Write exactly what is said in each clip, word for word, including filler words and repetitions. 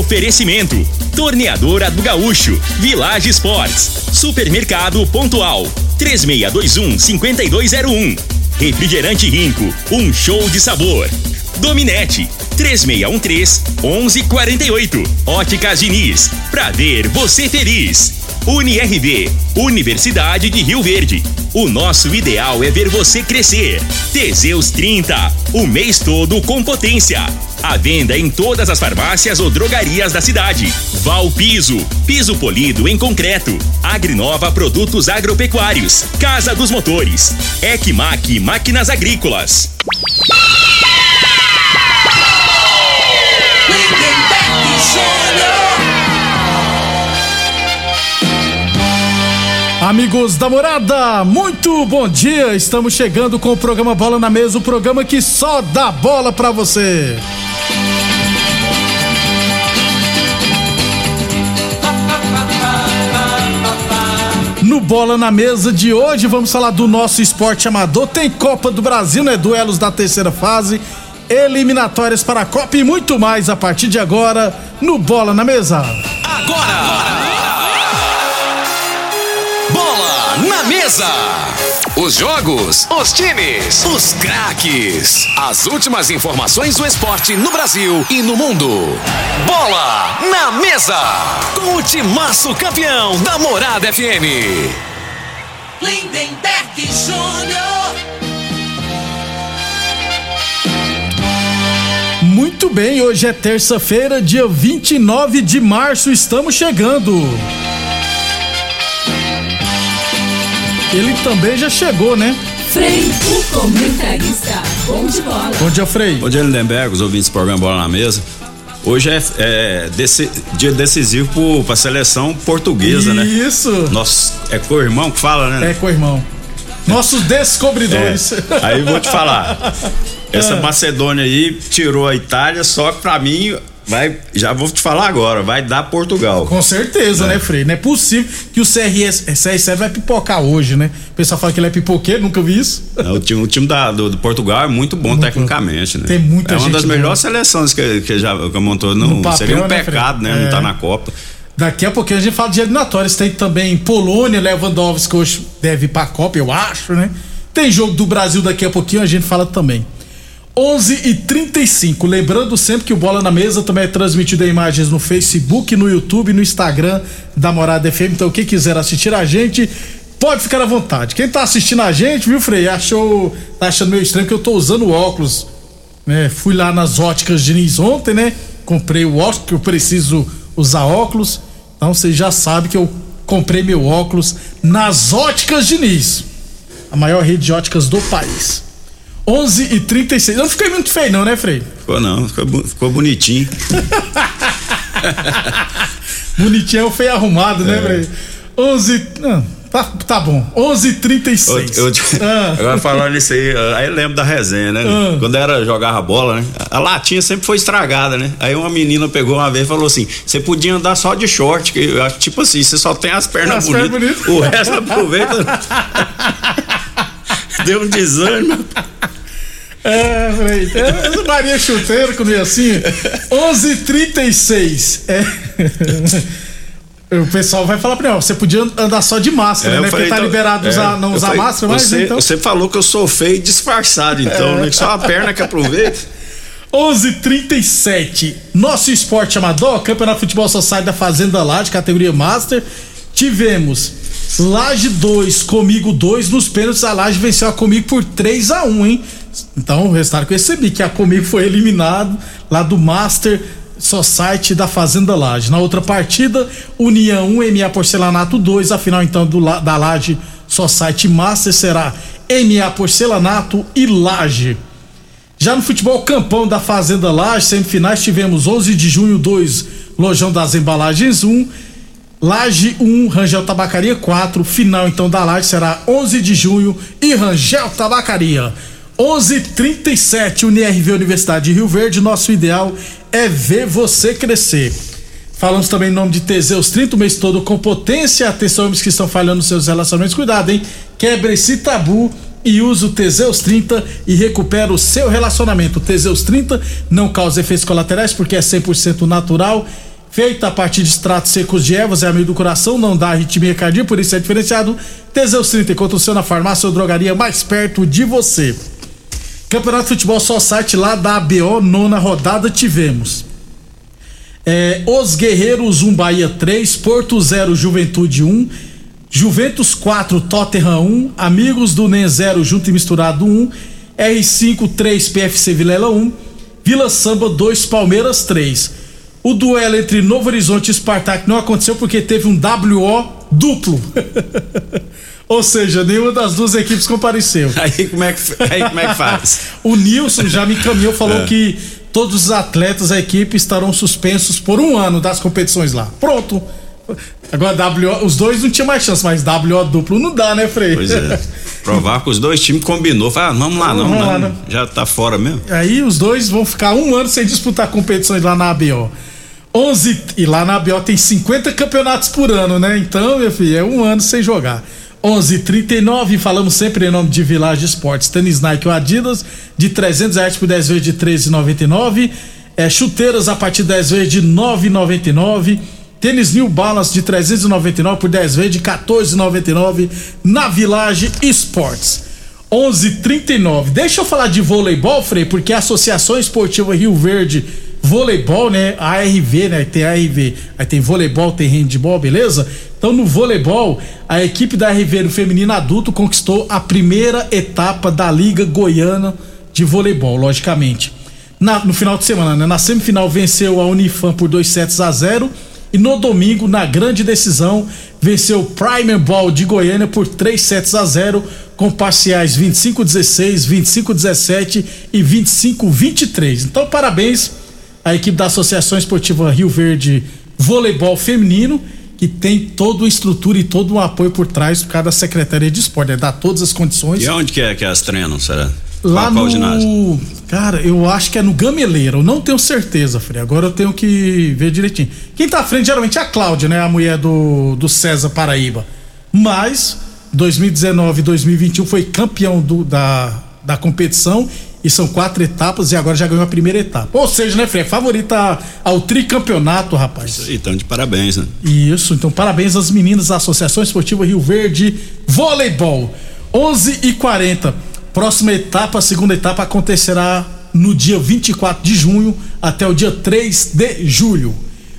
Oferecimento: Torneadora do Gaúcho, Village Sports, Supermercado Pontual, três seis dois um, cinco dois zero um. Refrigerante Rinco, um show de sabor. Dominete, três seis um três, um um quatro oito. Óticas Diniz, pra ver você feliz. Uni R V, Universidade de Rio Verde. O nosso ideal é ver você crescer. Teseus trinta, o mês todo com potência. À venda em todas as farmácias ou drogarias da cidade. Val Piso, piso polido em concreto. Agrinova Produtos Agropecuários. Casa dos Motores. Ecmac Máquinas Agrícolas. Amigos da Morada, muito bom dia. Estamos chegando com o programa Bola na Mesa, o programa que só dá bola pra você. No Bola na Mesa de hoje, vamos falar do nosso esporte amador. Tem Copa do Brasil, né? Duelos da terceira fase, eliminatórias para a Copa e muito mais a partir de agora no Bola na Mesa. Agora! Bola na Mesa! Os jogos, os times, os craques. As últimas informações do esporte no Brasil e no mundo. Bola na Mesa! Com o timaço campeão da Morada F M. Lindenberg Júnior. Muito bem, hoje é terça-feira, dia vinte e nove de março, estamos chegando. Ele também já chegou, né? Frei, o comentarista, bom de bola. Bom dia, Frei. Bom dia, Lindenberg, os ouvintes do programa Bola na Mesa. Hoje é, é desse, dia decisivo para a seleção portuguesa, Isso. né? Isso. Nosso, é co-irmão que fala, né? É co-irmão. Nossos descobridores. É. Aí vou te falar. Essa Macedônia aí tirou a Itália, só que pra mim... Vai, já vou te falar agora, vai dar Portugal. Com certeza, é. né, Frei? Não é possível que o C R sete vai pipocar hoje, né? O pessoal fala que ele é pipoqueiro, nunca vi isso. Não, o time, o time da, do, do Portugal é muito bom muito tecnicamente, né? Tem muita é gente. É uma das melhores boa. seleções que, que já que montou. Não, papel, seria um né, pecado, Frei? né? É. Não tá na Copa. Daqui a pouquinho a gente fala de eliminatórias. Tem também Polônia, Lewandowski, hoje deve ir pra Copa, eu acho, né? Tem jogo do Brasil daqui a pouquinho, a gente fala também. onze e trinta e cinco, lembrando sempre que o Bola na Mesa também é transmitido em imagens no Facebook, no YouTube, no Instagram da Morada F M, então quem quiser assistir a gente, pode ficar à vontade. Quem tá assistindo a gente, viu, Frei, achou, tá achando meio estranho que eu tô usando óculos, né? Fui lá nas óticas Diniz ontem, né? Comprei o óculos, que eu preciso usar óculos, então você já sabe que eu comprei meu óculos nas óticas Diniz, a maior rede de óticas do país. onze e trinta e seis. Não fiquei muito feio não, né, Frei? Ficou não, ficou, ficou bonitinho. Bonitinho, feio arrumado, né, é. Frei? onze... Não, tá, tá bom. onze e trinta e seis. Eu, eu, ah. Agora falando nisso aí, aí eu lembro da resenha, né? Ah. Quando era jogava bola, né? A latinha sempre foi estragada, né? Aí uma menina pegou uma vez e falou assim, você podia andar só de short, que eu acho, tipo assim, você só tem as pernas bonitas, bonitas. O resto aproveita. Deu um desânimo. É, Frei, eu daria chuteiro comigo assim. onze e trinta e seis. É. O pessoal vai falar pra mim, ó, você podia andar só de máscara, é, né? Falei, porque tá então, liberado é, usar, não usar falei, máscara, mas você, então... você falou que eu sou feio disfarçado, então, é. né? Que só a perna que aproveita. onze e trinta e sete. Nosso esporte amador, Campeonato Futebol Society da Fazenda Laje, categoria Master. Tivemos Laje dois, Comigo dois, nos pênaltis a Laje venceu a Comigo por três a um, hein? Então o resultado que eu recebi, que a Comigo foi eliminado lá do Master Society da Fazenda Laje. Na outra partida, União um, M A Porcelanato dois, a final então do, da Laje Society Master será M A Porcelanato e Laje. Já no futebol campão da Fazenda Laje, semifinais, tivemos onze de junho dois, Lojão das Embalagens um, Laje um, Rangel Tabacaria quatro, final então da Laje será onze de junho e Rangel Tabacaria. onze e trinta e sete, Uni R V Universidade de Rio Verde, nosso ideal é ver você crescer. Falamos também em nome de Teseus trinta, o mês todo com potência. Atenção, homens que estão falhando nos seus relacionamentos, cuidado, hein? Quebre esse tabu e use o Teseus trinta e recupera o seu relacionamento. O Teseus trinta não causa efeitos colaterais porque é cem por cento natural feita a partir de extratos secos de ervas, é amigo do coração, não dá arritmia cardíaca, por isso é diferenciado. Teseus trinta, encontra o seu na farmácia ou drogaria mais perto de você. Campeonato de Futebol Society lá da A B O, nona rodada, tivemos é, Os Guerreiros um, Bahia três, Porto zero, Juventude um, Juventus quatro, Tottenham um, Amigos do Nen zero, Junto e Misturado um, R cinco três, P F C Vilela um, Vila Samba dois, Palmeiras três. O duelo entre Novo Horizonte e Spartak não aconteceu porque teve um W O duplo. Ou seja, nenhuma das duas equipes compareceu. Aí como é que, aí como é que faz? O Nilson já me encaminhou, falou é. que todos os atletas da equipe estarão suspensos por um ano das competições lá. Pronto. Agora W O, os dois não tinham mais chance, mas W O duplo não dá, né, Frei? Pois é. Provar que os dois times combinou. Fala, ah, vamos lá, não, vamos não, lá, não. Já tá fora mesmo. Aí os dois vão ficar um ano sem disputar competições lá na A B O. onze, e lá na A B O tem cinquenta campeonatos por ano, né? Então, meu filho, é um ano sem jogar. onze e trinta e nove, falamos sempre em nome de Village Esportes. Tênis Nike ou Adidas de trezentos reais por dez vezes de treze reais e noventa e nove centavos. É, chuteiras a partir de dez vezes de nove reais e noventa e nove centavos. Tênis New Balance de trezentos e noventa e nove por dez vezes de quatorze reais e noventa e nove centavos na Village Esportes. onze e trinta e nove. Deixa eu falar de voleibol, Frei, porque a Associação Esportiva Rio Verde Voleibol, né? A R V, né? Tem a R V, aí tem voleibol, tem handball, beleza? Então no voleibol, a equipe da R V no feminino adulto conquistou a primeira etapa da Liga Goiana de Voleibol, logicamente. Na, no final de semana, né? Na semifinal venceu a Unifam por dois sets a zero e no domingo, na grande decisão, venceu o Primer Ball de Goiânia por três sets a zero com parciais vinte e cinco a dezesseis, vinte e cinco a dezessete e vinte e cinco a vinte e três. Então parabéns a equipe da Associação Esportiva Rio Verde Voleibol Feminino, que tem toda a estrutura e todo o apoio por trás por causa da Secretaria de Esporte, né? Dá todas as condições. E onde que é que elas treinam, será? Lá qual, qual no ginásio? Cara, eu acho que é no Gameleira, eu não tenho certeza, Frei, agora eu tenho que ver direitinho. Quem tá à frente geralmente é a Cláudia, né? A mulher do, do César Paraíba, mas dois mil e dezenove e dois mil e vinte e um foi campeão do, da, da competição. E são quatro etapas e agora já ganhou a primeira etapa. Ou seja, né, Frei? Favorita ao tricampeonato, rapaz. Isso aí, então de parabéns, né? Isso, então parabéns às meninas da Associação Esportiva Rio Verde Voleibol. onze e quarenta. Próxima etapa, a segunda etapa acontecerá no dia vinte e quatro de junho até o dia três de julho.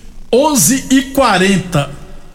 onze e quarenta.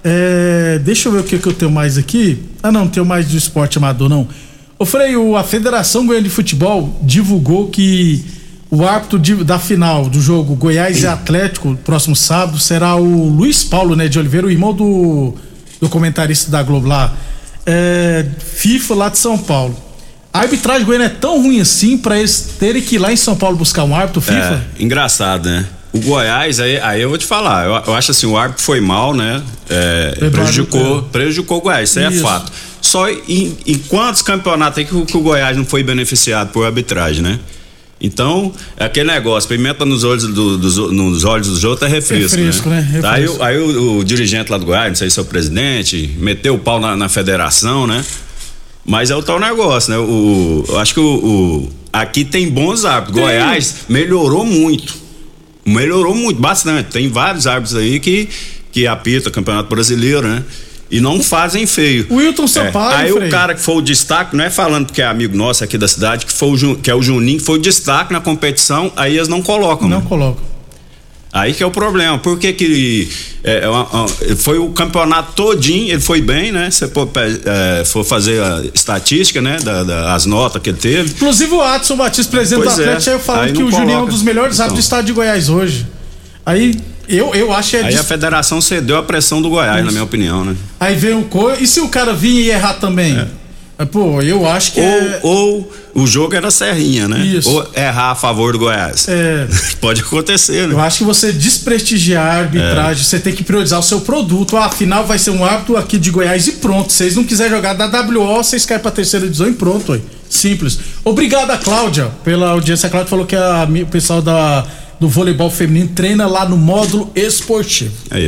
É, deixa eu ver o que, que eu tenho mais aqui. Ah, não, não tenho mais do esporte amador, não. Ô Frei, a Federação Goiana de Futebol divulgou que o árbitro de, da final do jogo Goiás e Atlético, próximo sábado, será o Luiz Paulo, né, de Oliveira, o irmão do, do comentarista da Globo lá, é, FIFA lá de São Paulo. A arbitragem goiana é tão ruim assim pra eles terem que ir lá em São Paulo buscar um árbitro FIFA? É, engraçado, né? O Goiás, aí, aí eu vou te falar, eu, eu acho assim, o árbitro foi mal, né? É, prejudicou, prejudicou o Goiás, isso aí é fato. Só em, em quantos campeonatos aí que o, que o Goiás não foi beneficiado por arbitragem, né? Então, é aquele negócio, pimenta nos olhos, do, dos, nos olhos dos outros é refresco, refresco né? né? Refresco. Aí, aí o, o dirigente lá do Goiás, não sei se é o presidente, meteu o pau na, na federação, né? Mas é o tal negócio, né? O, eu acho que o, o aqui tem bons árbitros. Tem. Goiás melhorou muito. Melhorou muito, bastante. Tem vários árbitros aí que, que apitam o Campeonato Brasileiro, né? E não fazem feio. O Wilton Sampaio. É. Aí Frei. O cara que foi o destaque, não é falando porque é amigo nosso aqui da cidade, que, foi o, que é o Juninho, que foi o destaque na competição, aí eles não colocam. Não né? colocam. Aí que é o problema. Por que que é, é, foi o campeonato todinho, ele foi bem, né? Se for, é, for fazer a estatística, né? Da, da, as notas que ele teve. Inclusive o Adson Batista, presidente pois do Atlético, é. falando que o Juninho é um dos melhores então. árbitros do estado de Goiás hoje. Aí eu, eu acho que é Aí dis... a federação cedeu a pressão do Goiás, Isso. na minha opinião, né? Aí vem o co... E se o cara vir e errar também? É. Pô, eu acho que ou, é... ou o jogo era serrinha, né? Isso. Ou errar a favor do Goiás. É. Pode acontecer, né? Eu acho que você desprestigiar a arbitragem, é. você tem que priorizar o seu produto. Ah, afinal vai ser um árbitro aqui de Goiás e pronto. Se vocês não quiserem jogar da W O, vocês caem pra terceira divisão e pronto, aí. Simples. Obrigado a Cláudia pela audiência. A Cláudia falou que a, o pessoal da, do voleibol feminino treina lá no módulo esportivo. Aí, ó.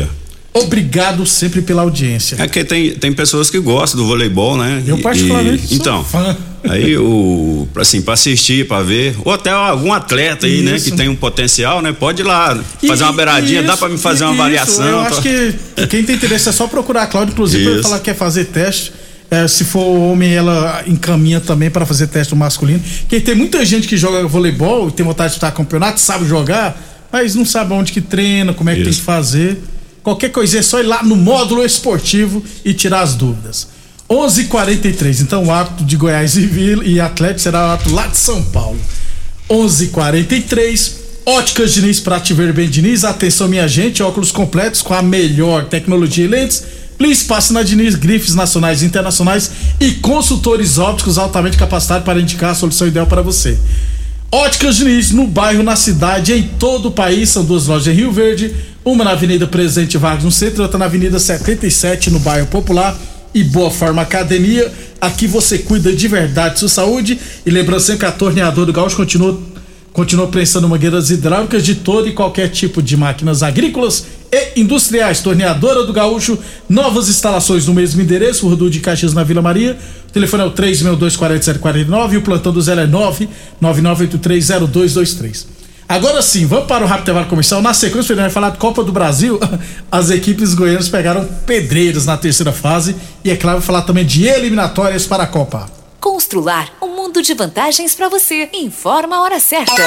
Obrigado sempre pela audiência. É que tem, tem pessoas que gostam do voleibol, né? Eu particularmente e, sou então, fã. Aí o assim, para assistir, para ver, ou até algum atleta aí, isso, né, que tem um potencial, né? Pode ir lá fazer e, uma beiradinha, isso, dá para me fazer uma isso, avaliação. Eu tô... acho que quem tem interesse é só procurar a Cláudia, inclusive para falar que quer fazer teste. É, se for homem, ela encaminha também para fazer teste do masculino. Porque tem muita gente que joga voleibol e tem vontade de disputar campeonato, sabe jogar, mas não sabe onde que treina, como é que isso. tem que fazer. Qualquer coisinha é só ir lá no módulo esportivo e tirar as dúvidas. onze e quarenta e três, então o ato de Goiás e, Vila, e Atlético será o ato lá de São Paulo. onze e quarenta e três, Óticas Diniz, pra te ver bem, Diniz. Atenção, minha gente, óculos completos com a melhor tecnologia e lentes. Please, passe na Diniz, grifes nacionais e internacionais e consultores ópticos altamente capacitados para indicar a solução ideal para você. Óticas Diniz, no bairro, na cidade, em todo o país. São duas lojas em Rio Verde, uma na Avenida Presidente Vargas no centro, outra na Avenida setenta e sete no bairro Popular. E Boa Forma Academia, aqui você cuida de verdade de sua saúde. E lembrando sempre que a Torneadora do Gaúcho continua, continua prestando mangueiras hidráulicas de todo e qualquer tipo de máquinas agrícolas e industriais. Torneadora do Gaúcho, novas instalações no mesmo endereço, Rua de Caxias, na Vila Maria. O telefone é o três seis dois, quatro sete quatro nove e o plantão do zero é nove nove nove oito três zero dois dois três. Agora sim, vamos para o rápido intervalo comercial. Na sequência, o Fernando vai falar de Copa do Brasil. As equipes goianas pegaram pedreiros na terceira fase. E é claro, vai falar também de eliminatórias para a Copa. Constrular um mundo de vantagens para você. Informa a hora certa.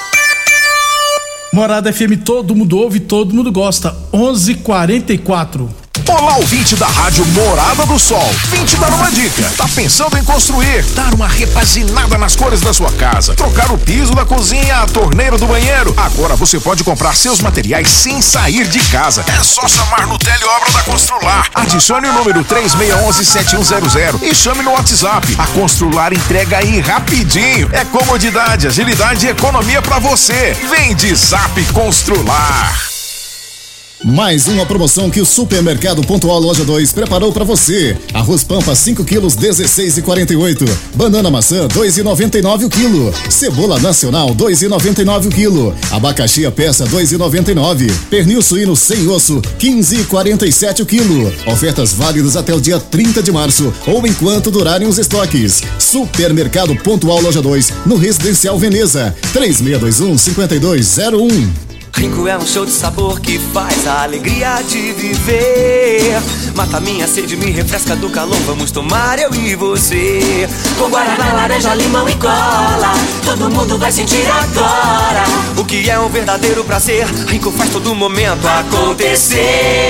Morada F M, todo mundo ouve, todo mundo gosta. onze e quarenta e quatro. Olá, ouvinte da Rádio Morada do Sol. Vim te dar uma dica. Tá pensando em construir, dar uma repaginada nas cores da sua casa, trocar o piso da cozinha, a torneira do banheiro? Agora você pode comprar seus materiais sem sair de casa. É só chamar no Teleobra da Constrular. Adicione o número três seis um um sete um zero zero e chame no WhatsApp. A Constrular entrega aí rapidinho. É comodidade, agilidade e economia pra você. Vem de Zap Constrular. Mais uma promoção que o Supermercado Pontual Loja dois preparou para você. Arroz Pampa cinco quilos, dezesseis e quarenta e oito. Banana maçã dois e noventa e nove o quilo. Cebola nacional dois e noventa e nove o quilo. Abacaxi a peça dois e noventa e nove. Pernil suíno sem osso quinze e quarenta e sete o quilo. Ofertas válidas até o dia trinta de março ou enquanto durarem os estoques. Supermercado Pontual Loja dois no Residencial Veneza. três seis dois um, cinco dois zero um. Rinco é um show de sabor que faz a alegria de viver. Mata minha sede, me refresca do calor. Vamos tomar eu e você. Com guaraná, laranja, limão e cola. Todo mundo vai sentir agora o que é um verdadeiro prazer. Rinco faz todo momento acontecer.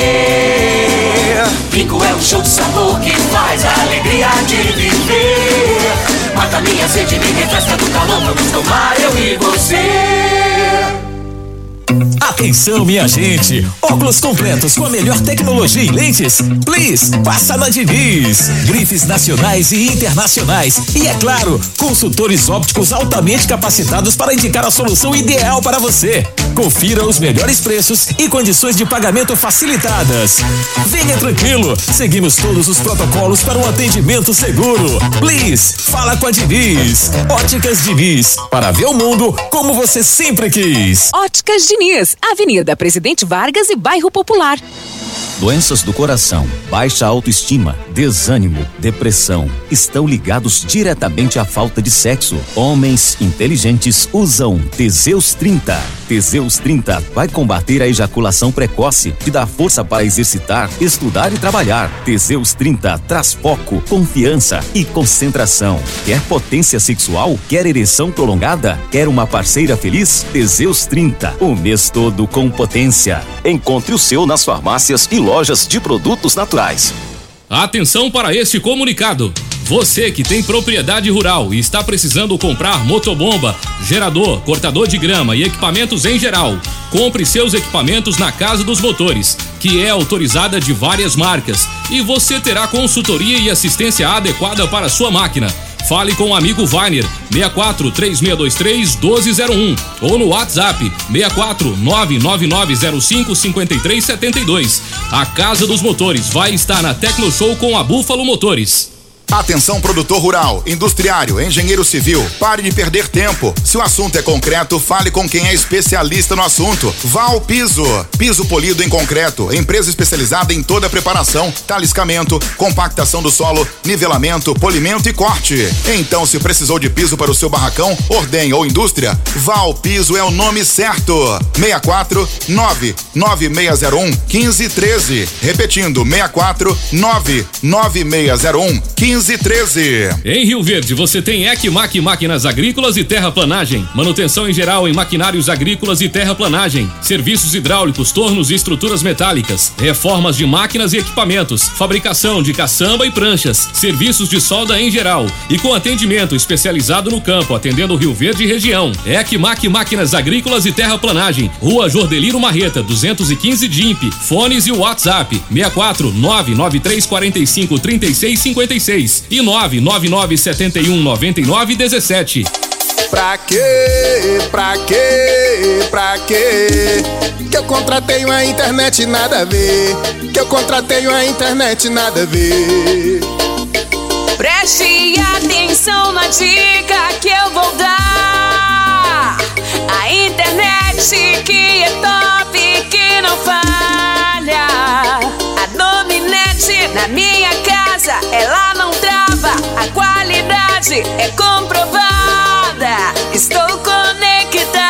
Rinco é um show de sabor que faz a alegria de viver. Mata minha sede, me refresca do calor. Vamos tomar eu e você. Atenção, minha gente! Óculos completos com a melhor tecnologia e lentes? Please, passa na Diniz! Grifes nacionais e internacionais. E é claro, consultores ópticos altamente capacitados para indicar a solução ideal para você. Confira os melhores preços e condições de pagamento facilitadas. Venha tranquilo, seguimos todos os protocolos para um atendimento seguro. Please, fala com a Diniz. Óticas Diniz, para ver o mundo como você sempre quis. Óticas Diniz, Avenida Presidente Vargas e Bairro Popular. Doenças do coração, baixa autoestima, desânimo, depressão estão ligados diretamente à falta de sexo. Homens inteligentes usam Teseus trinta. Teseus trinta vai combater a ejaculação precoce, te dá força para exercitar, estudar e trabalhar. Teseus trinta traz foco, confiança e concentração. Quer potência sexual? Quer ereção prolongada? Quer uma parceira feliz? Teseus trinta, o mês todo com potência. Encontre o seu nas farmácias e lojas de produtos naturais. Atenção para este comunicado. Você que tem propriedade rural e está precisando comprar motobomba, gerador, cortador de grama e equipamentos em geral, compre seus equipamentos na Casa dos Motores, que é autorizada de várias marcas, e você terá consultoria e assistência adequada para a sua máquina. Fale com o amigo Wagner, seis quatro três seis dois três um dois zero um ou no WhatsApp seis quatro nove nove nove zero cinco cinco três sete dois. A Casa dos Motores vai estar na Tecnoshow com a Búfalo Motores. Atenção, produtor rural, industriário, engenheiro civil, pare de perder tempo. Se o assunto é concreto, fale com quem é especialista no assunto. Val Piso, piso polido em concreto, empresa especializada em toda a preparação, taliscamento, compactação do solo, nivelamento, polimento e corte. Então, se precisou de piso para o seu barracão, ordem ou indústria, Val Piso é o nome certo. seis quatro nove nove seis zero um um cinco um três. Repetindo, seis quatro nove nove seis zero um um cinco um três. Em Rio Verde, você tem Ecmac Máquinas Agrícolas e Terraplanagem. Manutenção em geral em maquinários agrícolas e terraplanagem. Serviços hidráulicos, tornos e estruturas metálicas. Reformas de máquinas e equipamentos. Fabricação de caçamba e pranchas. Serviços de solda em geral. E com atendimento especializado no campo, atendendo Rio Verde e região. Ecmac Máquinas Agrícolas e Terraplanagem. Rua Jordeliro Marreta, duzentos e quinze D I M P. Fones e WhatsApp: seis quatro nove nove três quatro cinco três seis cinco seis e nove nove nove sete um nove nove um sete. Pra quê? Pra quê? Pra quê? Que eu contratei uma internet nada a ver. Que eu contratei uma internet nada a ver. Preste atenção na dica que eu vou dar. A internet que é top, que não falha. A Dominete na minha casa, ela não trava. A qualidade é comprovada. Estou conectada.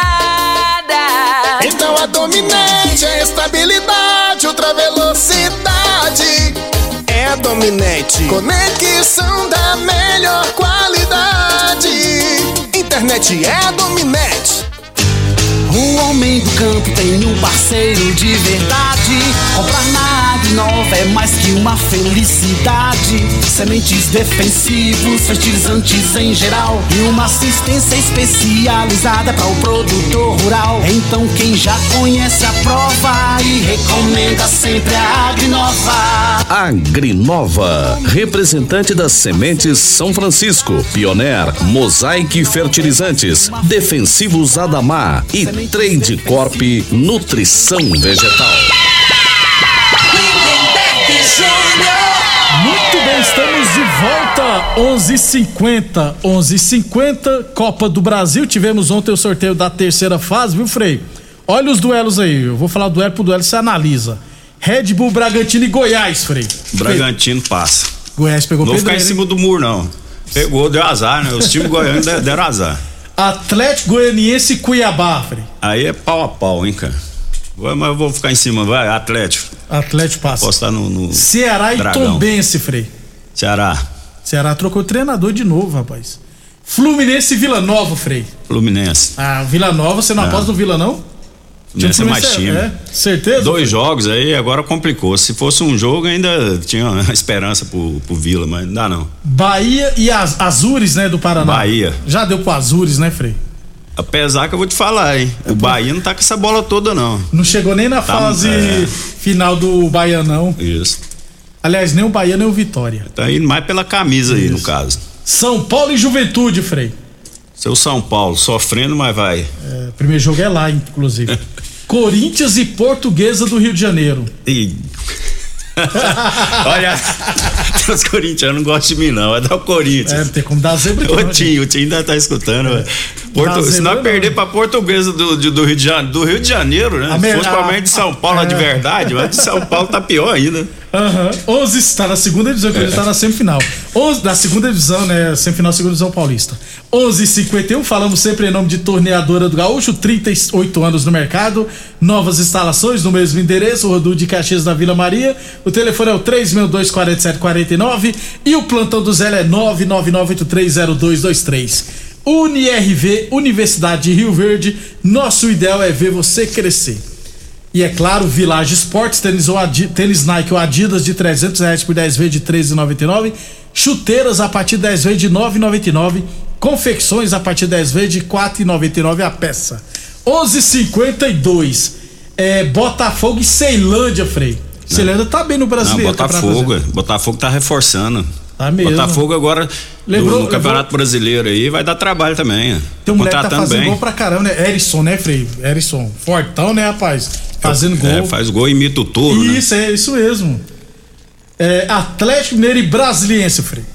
Então a Dominete é estabilidade, ultra velocidade. É a Dominete, conexão da melhor qualidade. Internet é a Dominete. O homem do campo tem um parceiro de verdade. Comprar na Agrinova é mais que uma felicidade. Sementes defensivos, fertilizantes em geral e uma assistência especializada para o produtor rural. Então quem já conhece a prova e recomenda sempre a Agrinova. Agrinova, representante das sementes São Francisco, Pioneer, Mosaic Fertilizantes, Defensivos Adamar e Trade Corp Nutrição Vegetal. Muito bem, estamos de volta. onze e cinquenta, onze e cinquenta, Copa do Brasil. Tivemos ontem o sorteio da terceira fase, viu, Frei? Olha os duelos aí. Eu vou falar o duelo pro duelo, você analisa. Red Bull, Bragantino e Goiás, Frei. Bragantino passa. Goiás pegou Não pedreiro, ficar em cima do muro, não. Pegou, deu azar, né? Os times goianos deram azar. Atlético Goianiense e Cuiabá, Frei. Aí é pau a pau, hein, cara. Mas eu vou ficar em cima, vai, Atlético. Atlético passa. Posso estar no, no Ceará Dragão. E Tombense, Frei. Ceará. Ceará trocou o treinador de novo, rapaz. Fluminense e Vila Nova, Frei. Fluminense. Ah, Vila Nova, você não é. aposta no Vila, não? Fluminense é mais time. É, certeza? Dois jogos aí, agora complicou. Se fosse um jogo, ainda tinha uma esperança pro, pro Vila, mas não dá não. Bahia e Az- Azures, né, do Paraná. Bahia. Já deu pro Azures, né, Frei? Apesar que eu vou te falar, hein? O Bahia não tá com essa bola toda, não. Não chegou nem na tá, fase é... final do Baianão. Isso. Aliás, nem o Bahia, nem o Vitória. Tá indo mais pela camisa Isso. aí, no caso. São Paulo e Juventude, Frei. Seu São Paulo, sofrendo, mas vai. É, o primeiro jogo é lá, inclusive. Corinthians e Portuguesa do Rio de Janeiro. E... Olha, os corintianos não gostam de mim, não. Vai dar o Corinthians. É, não tem como dar zebra aqui. O Tim, o Tim ainda tá escutando. É. Porto, se nós perder pra Portuguesa do, do, do, Rio de Janeiro, do Rio de Janeiro, né? Se fosse pra mim de São Paulo, é. de verdade, mas de São Paulo tá pior ainda. Aham. Uhum. onze está na segunda divisão, que ele está na semifinal. onze da segunda divisão, né? Semifinal, segunda divisão paulista. onze e cinquenta e um, falamos sempre em nome de Torneadora do Gaúcho, trinta e oito anos no mercado, novas instalações no mesmo endereço, Rodul de Caxias da Vila Maria. O telefone é o três seis dois, quatro sete quatro nove e o plantão do Zé é nove nove nove oito três zero dois dois três. Uni R V, Universidade de Rio Verde, nosso ideal é ver você crescer. E é claro, Village Esportes, tênis, ou Adi, tênis Nike ou Adidas de trezentos reais por dez vezes de treze reais e noventa e nove centavos, chuteiras a partir de dez vezes de nove reais e noventa e nove centavos, confecções a partir de dez vezes de quatro reais e noventa e nove centavos a peça. onze e cinquenta e dois, é, Botafogo e Ceilândia, Frei. Não. Ceilândia tá bem no Brasileiro. Não, Botafogo, Botafogo tá reforçando. Tá mesmo. Botafogo agora Lembrou, no Campeonato levou... Brasileiro aí vai dar trabalho também. Tem um moleque que tá fazendo bem. Gol pra caramba, né? Erisson, né, Frei? Erisson, fortão, né, rapaz? Fazendo gol. É, faz gol e imita o touro, Isso, né? é isso mesmo. É, Atlético Mineiro e Brasiliense, Frei.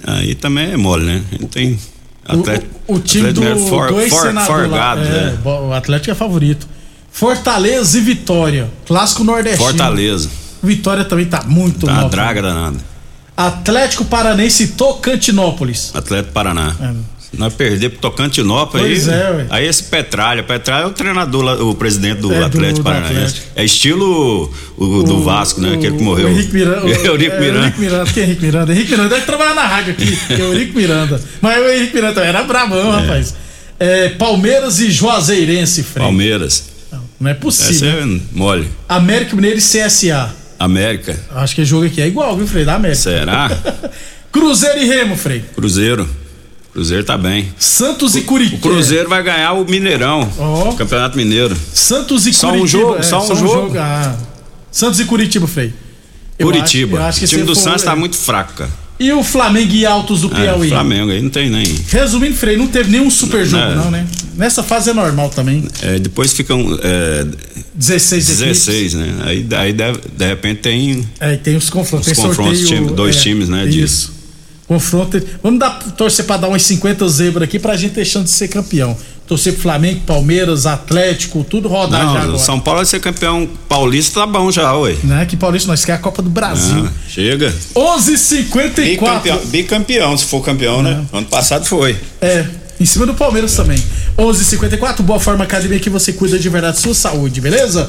Aí também é mole, né? Não tem. Atlético, o, o, o time do, for, do ex-senador forgado, é, é. O Atlético é favorito. Fortaleza e Vitória, clássico nordestino. Fortaleza. Vitória também tá muito tá mal. Tá draga danada. Atlético Paranense e Tocantinópolis. Atlético Paraná. É. Nós perdemos pro Tocantinópolis. Pois aí, é, ué. Aí esse Petralha. Petralha é o treinador, o presidente do é, Atlético Paranaense. É estilo o, o, do Vasco, né? O, Aquele que morreu. O Henrique Miranda. O, Eurico é, Miranda. Henrique Miranda. Quem é Henrique Miranda? Henrique Miranda deve trabalhar na rádio aqui. É o Eurico Miranda. Mas o Henrique Miranda também era brabão, é. rapaz. É, Palmeiras e Juazeirense, Frei. Palmeiras. Não, não é possível. Essa é mole. América Mineiro e C S A. América. Acho que o jogo aqui é igual, viu, Frei? Da América. Será? Cruzeiro e Remo, Frei. Cruzeiro. Cruzeiro tá bem. Santos e Curitiba. O Cruzeiro vai ganhar o Mineirão. Oh. Campeonato Mineiro. Santos e só Curitiba. Um jogo, é, só um só um jogo. jogo. Ah. Santos e Curitiba, Frei. Eu Curitiba. Acho, eu acho que o time do for, Santos é. tá muito fraco, cara. E o Flamengo e Altos do Piauí? É, Flamengo aí não tem nem. Resumindo, Frei, não teve nenhum super jogo, é. não, né? Nessa fase é normal também. É, depois ficam. É, dezesseis dezesseis, né? Aí, aí de, de repente tem. É, tem os confrontos. Os tem confrontos, sorteio, time, dois é, times, né? Isso. De... Confronto. Vamos dar, torcer pra dar umas cinquenta zebras aqui pra gente ter chance de ser campeão. Torcer pro Flamengo, Palmeiras, Atlético, tudo rodar não, já agora. São Paulo vai ser campeão paulista, tá bom já, ué. Não é que paulista nós quer a Copa do Brasil. Ah, chega. onze e cinquenta e quatro. Bicampeão, bicampeão, se for campeão, né? Ano passado foi. É, em cima do Palmeiras também. onze e cinquenta e quatro, Boa Forma Academia, que você cuida de verdade da sua saúde, beleza?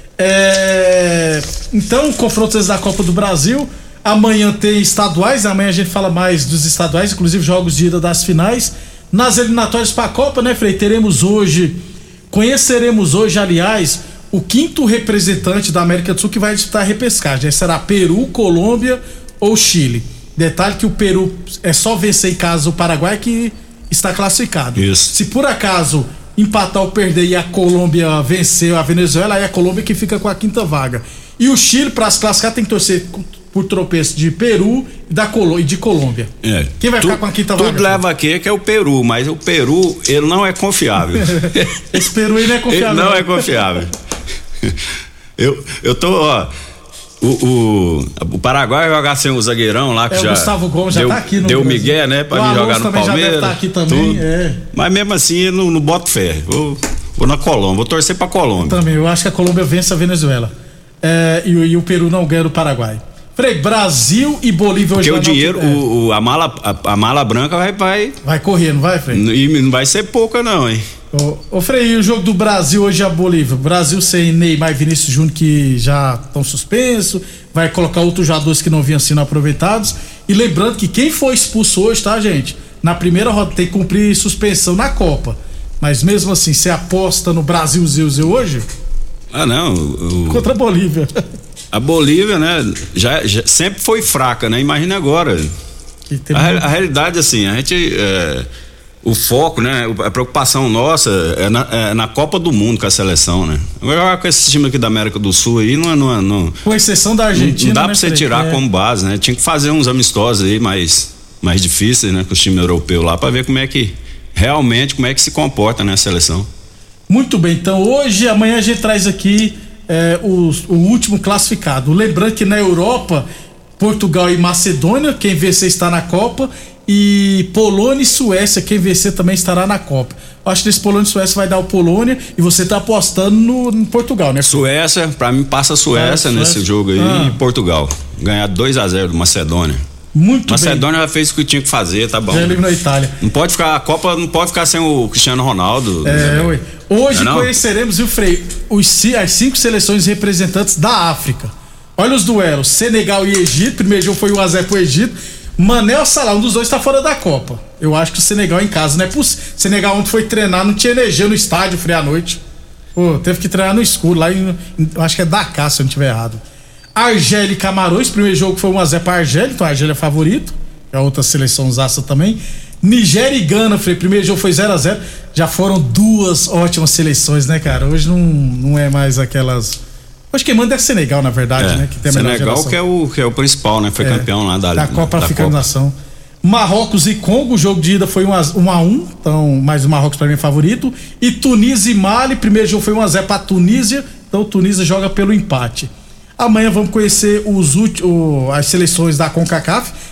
É, então, confrontos da Copa do Brasil. Amanhã tem estaduais, amanhã a gente fala mais dos estaduais, inclusive jogos de ida das finais. Nas eliminatórias para a Copa, né, Frei? Teremos hoje, conheceremos hoje, aliás, o quinto representante da América do Sul que vai disputar a repescagem. Será Peru, Colômbia ou Chile. Detalhe que o Peru é só vencer em casa o Paraguai que está classificado. Isso. Se por acaso empatar ou perder e a Colômbia vencer a Venezuela, aí a Colômbia que fica com a quinta vaga. E o Chile, para se classificar, tem que torcer por tropeço de Peru e, da Colô- e de Colômbia. É. Quem vai tu, ficar com a quinta tudo vaga? Tudo leva aqui que é o Peru, mas o Peru, ele não é confiável. Esse Peru aí não é confiável. Ele não é confiável. eu, eu tô, ó, o, o, o Paraguai vai jogar sem o zagueirão lá, que é, já... O Gustavo Gomes deu, já tá aqui no Deu Brasil. migué, né, pra o vir jogar no também Palmeiras. Já deve tá aqui também, é. Mas mesmo assim, eu não, não boto fé. Vou, vou na Colômbia, vou torcer pra Colômbia. Também, eu acho que a Colômbia vence a Venezuela. É, e, e o Peru não ganha do Paraguai. Frei, Brasil e Bolívia hoje. Porque o dinheiro, é. o, o, a, mala, a, a mala branca vai, vai. Vai correr, não vai, Frei? E não vai ser pouca, não, hein? Ô, ô Frei, e o jogo do Brasil hoje é a Bolívia? Brasil sem Neymar e Vinícius Júnior que já estão suspensos, vai colocar outros jogadores que não vinham sendo aproveitados. E lembrando que quem foi expulso hoje, tá, gente? Na primeira roda tem que cumprir suspensão na Copa. Mas mesmo assim, você aposta no Brasil Zil hoje? Ah, não. O... Contra a Bolívia. A Bolívia, né, já, já sempre foi fraca, né? Imagina agora. A, a realidade, assim, a gente. É, o foco, né? A preocupação nossa é na, é na Copa do Mundo com a seleção, né? Agora com esse time aqui da América do Sul aí, não é. Não, não, com exceção da Argentina. Não dá né, pra você tirar é. como base, né? Tinha que fazer uns amistosos aí mais, mais difíceis, né? Com os times europeus lá, pra ver como é que. Realmente, como é que se comporta, né? A seleção. Muito bem, então hoje, amanhã a gente traz aqui. É, o, o último classificado. Lembrando que na Europa, Portugal e Macedônia, quem vencer está na Copa, e Polônia e Suécia, quem vencer também estará na Copa. Eu acho que esse Polônia e Suécia vai dar o Polônia e você tá apostando no, no Portugal, né? Suécia, pra mim passa a Suécia, é, nesse Suécia. jogo aí ah. e Portugal. Ganhar dois a zero do Macedônia. Muito Macedônia bem. já fez o que tinha que fazer, tá bom. Já eliminou a Itália. Não pode ficar, a Copa não pode ficar sem o Cristiano Ronaldo. É, ué. Hoje não? conheceremos, viu, Frei, os, as cinco seleções representantes da África. Olha os duelos, Senegal e Egito, primeiro jogo foi um a zero pro Egito. Manel Salah, um dos dois tá fora da Copa. Eu acho que o Senegal em casa, não é possível. Senegal ontem foi treinar, não tinha energia no estádio, Frei, à noite. Pô, teve que treinar no escuro, lá em, eu acho que é Dakar, se eu não estiver errado. Argélia e Camarões, primeiro jogo foi um a zero pra Argélia, então a Argélia é favorito. É outra seleção zaça também. Nigéria e Gana, Frei, primeiro jogo foi zero a zero. Já foram duas ótimas seleções, né, cara? Hoje não, não é mais aquelas. Hoje quem manda é Senegal, na verdade, é, né? Que tem a Senegal que é, o, que é o principal, né? Foi é, campeão lá da, da Copa da Africana Nação. Marrocos e Congo, o jogo de ida foi um a um, então, mas o Marrocos pra mim é favorito. E Tunísia e Mali, primeiro jogo foi um a zero pra Tunísia, então Tunísia joga pelo empate. Amanhã vamos conhecer os, o, as seleções da CONCACAF.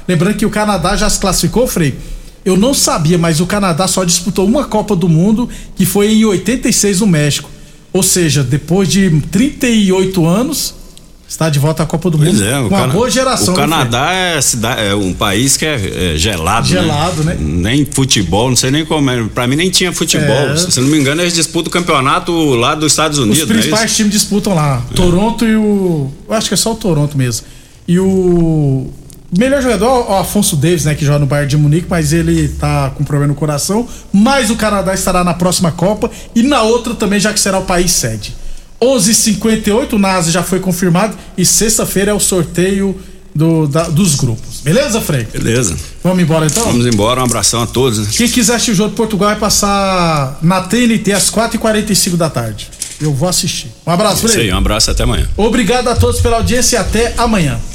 Lembrando que o Canadá já se classificou, Frei. Eu não sabia, mas o Canadá só disputou uma Copa do Mundo, que foi em oitenta e seis no México. Ou seja, depois de trinta e oito anos, está de volta à Copa do Mundo. Pois é, com uma Cana... boa geração. O Canadá é, cidade, é um país que é, é gelado, gelado, né? né? Nem futebol, não sei nem como é. Pra mim nem tinha futebol. É. Se não me engano, eles disputam o campeonato lá dos Estados Unidos. Os principais é times disputam lá. É. Toronto e o... Eu acho que é só o Toronto mesmo. E o... melhor jogador é o Afonso Davies, né? Que joga no Bayern de Munique, mas ele tá com problema no coração. Mas o Canadá estará na próxima Copa e na outra também, já que será o país sede. onze e cinquenta e oito, o NASA já foi confirmado e sexta-feira é o sorteio do, da, dos grupos. Beleza, Frei? Beleza. Vamos embora então? Vamos embora, um abração a todos. Né? Quem quiser assistir o jogo de Portugal vai passar na T N T às quatro e quarenta e cinco da tarde. Eu vou assistir. Um abraço, Frei. Isso aí, um abraço até amanhã. Obrigado a todos pela audiência e até amanhã.